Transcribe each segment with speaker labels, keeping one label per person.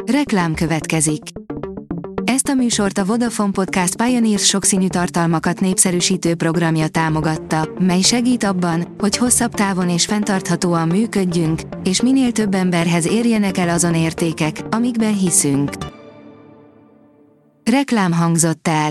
Speaker 1: Reklám következik. Ezt a műsort a Vodafone Podcast Pioneers sokszínű tartalmakat népszerűsítő programja támogatta, mely segít abban, hogy hosszabb távon és fenntarthatóan működjünk, és minél több emberhez érjenek el azon értékek, amikben hiszünk. Reklám hangzott el.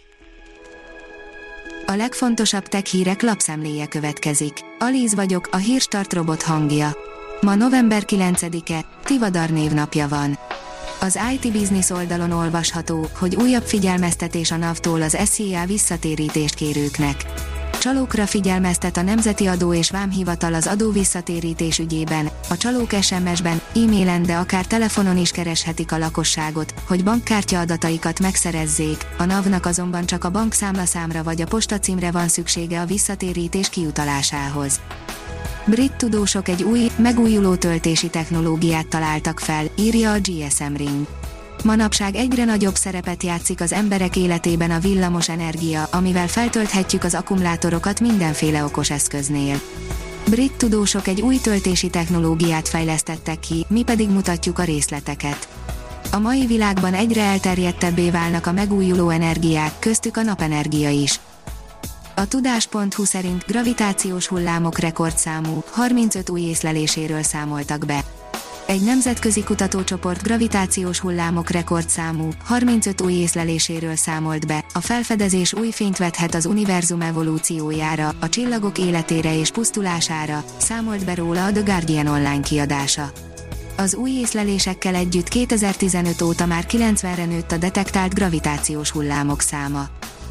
Speaker 1: A legfontosabb tech hírek lapszemléje következik. Alíz vagyok, a Hírstart robot hangja. Ma november 9-e, Tivadar névnapja van. Az IT Business oldalon olvasható, hogy újabb figyelmeztetés a NAV-tól az SZIA visszatérítést kérőknek. Csalókra figyelmeztet a Nemzeti Adó és Vámhivatal az adó visszatérítés ügyében. A csalók SMS-ben, e-mailen, de akár telefonon is kereshetik a lakosságot, hogy bankkártya adataikat megszerezzék, a NAV-nak azonban csak a bankszámlaszámra vagy a postacímre van szüksége a visszatérítés kiutalásához. Brit tudósok egy új, megújuló töltési technológiát találtak fel, írja a GSM Ring. Manapság egyre nagyobb szerepet játszik az emberek életében a villamos energia, amivel feltölthetjük az akkumulátorokat mindenféle okos eszköznél. Brit tudósok egy új töltési technológiát fejlesztettek ki, mi pedig mutatjuk a részleteket. A mai világban egyre elterjedtebbé válnak a megújuló energiák, köztük a napenergia is. A tudás.hu szerint gravitációs hullámok rekordszámú, 35 új észleléséről számoltak be. Egy nemzetközi kutatócsoport gravitációs hullámok rekordszámú, 35 új észleléséről számolt be, a felfedezés új fényt vethet az univerzum evolúciójára, a csillagok életére és pusztulására, számolt be róla a The Guardian online kiadása. Az új észlelésekkel együtt 2015 óta már 90-re nőtt a detektált gravitációs hullámok száma.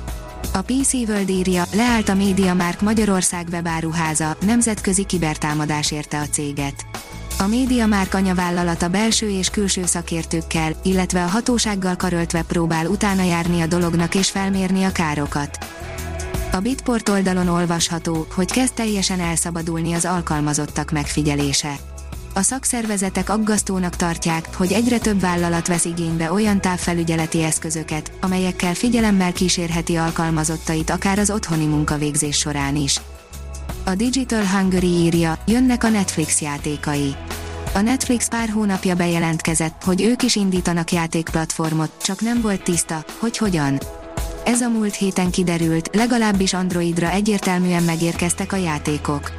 Speaker 1: A PC World írja, leállt a MediaMarkt Magyarország webáruháza, nemzetközi kibertámadás érte a céget. A MediaMarkt anyavállalata belső és külső szakértőkkel, illetve a hatósággal karöltve próbál utána járni a dolognak és felmérni a károkat. A Bitport oldalon olvasható, hogy kezd teljesen elszabadulni az alkalmazottak megfigyelése. A szakszervezetek aggasztónak tartják, hogy egyre több vállalat vesz igénybe olyan távfelügyeleti eszközöket, amelyekkel figyelemmel kísérheti alkalmazottait akár az otthoni munkavégzés során is. A Digital Hungary írja, jönnek a Netflix játékai. A Netflix pár hónapja bejelentkezett, hogy ők is indítanak játékplatformot, csak nem volt tiszta, hogy hogyan. Ez a múlt héten kiderült, legalábbis Androidra egyértelműen megérkeztek a játékok.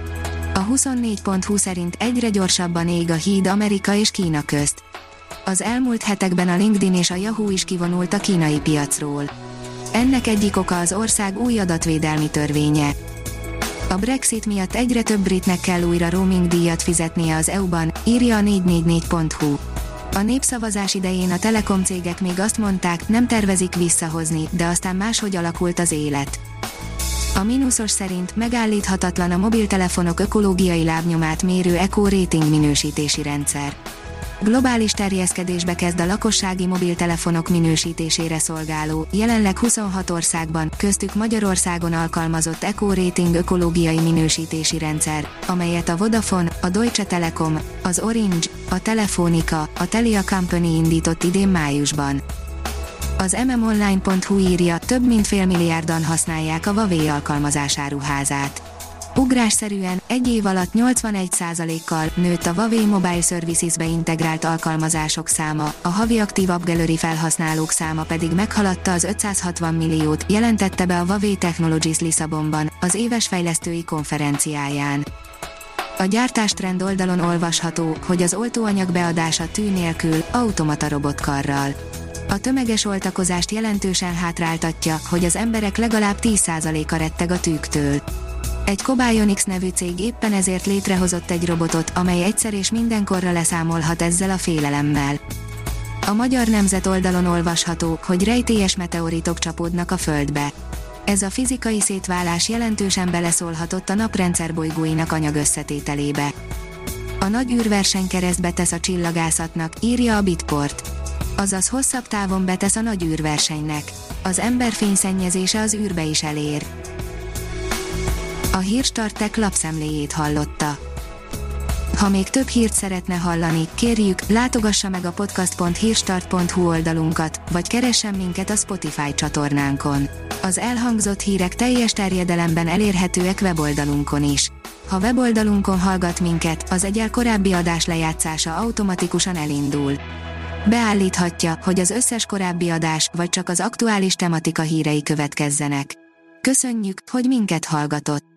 Speaker 1: A 24.hu szerint egyre gyorsabban ég a híd Amerika és Kína közt. Az elmúlt hetekben a LinkedIn és a Yahoo is kivonult a kínai piacról. Ennek egyik oka az ország új adatvédelmi törvénye. A Brexit miatt egyre több britnek kell újra roaming díjat fizetnie az EU-ban, írja a 444.hu. A népszavazás idején a telekom cégek még azt mondták, nem tervezik visszahozni, de aztán máshogy alakult az élet. A mínuszos szerint megállíthatatlan a mobiltelefonok ökológiai lábnyomát mérő Eco Rating minősítési rendszer. Globális terjeszkedésbe kezd a lakossági mobiltelefonok minősítésére szolgáló, jelenleg 26 országban, köztük Magyarországon alkalmazott Eco Rating ökológiai minősítési rendszer, amelyet a Vodafone, a Deutsche Telekom, az Orange, a Telefonica, a Telia Company indított idén májusban. Az mmonline.hu írja, több mint fél milliárdan használják a Huawei alkalmazás áruházát. Ugrásszerűen, egy év alatt 81%-kal nőtt a Huawei Mobile Services-be integrált alkalmazások száma, a havi aktív App Gallery felhasználók száma pedig meghaladta az 560 milliót, jelentette be a Huawei Technologies Lisszabonban, az éves fejlesztői konferenciáján. A gyártástrend oldalon olvasható, hogy az oltóanyag beadása tű nélkül, automata robotkarral. A tömeges oltakozást jelentősen hátráltatja, hogy az emberek legalább 10%-a retteg a tűktől. Egy Cobionics nevű cég éppen ezért létrehozott egy robotot, amely egyszer és mindenkorra leszámolhat ezzel a félelemmel. A Magyar Nemzet oldalon olvasható, hogy rejtélyes meteoritok csapódnak a Földbe. Ez a fizikai szétválás jelentősen beleszólhatott a naprendszer bolygóinak anyagösszetételébe. A nagy űrverseny keresztbe tesz a csillagászatnak, írja a Bitport. Azaz hosszabb távon betesz a nagy űrversenynek. Az ember fényszennyezése az űrbe is elér. A Hírstart Tech lapszemléjét hallotta. Ha még több hírt szeretne hallani, kérjük, látogassa meg a podcast.hírstart.hu oldalunkat, vagy keressen minket a Spotify csatornánkon. Az elhangzott hírek teljes terjedelemben elérhetőek weboldalunkon is. Ha weboldalunkon hallgat minket, az egyel korábbi adás lejátszása automatikusan elindul. Beállíthatja, hogy az összes korábbi adás, vagy csak az aktuális tematika hírei következzenek. Köszönjük, hogy minket hallgatott!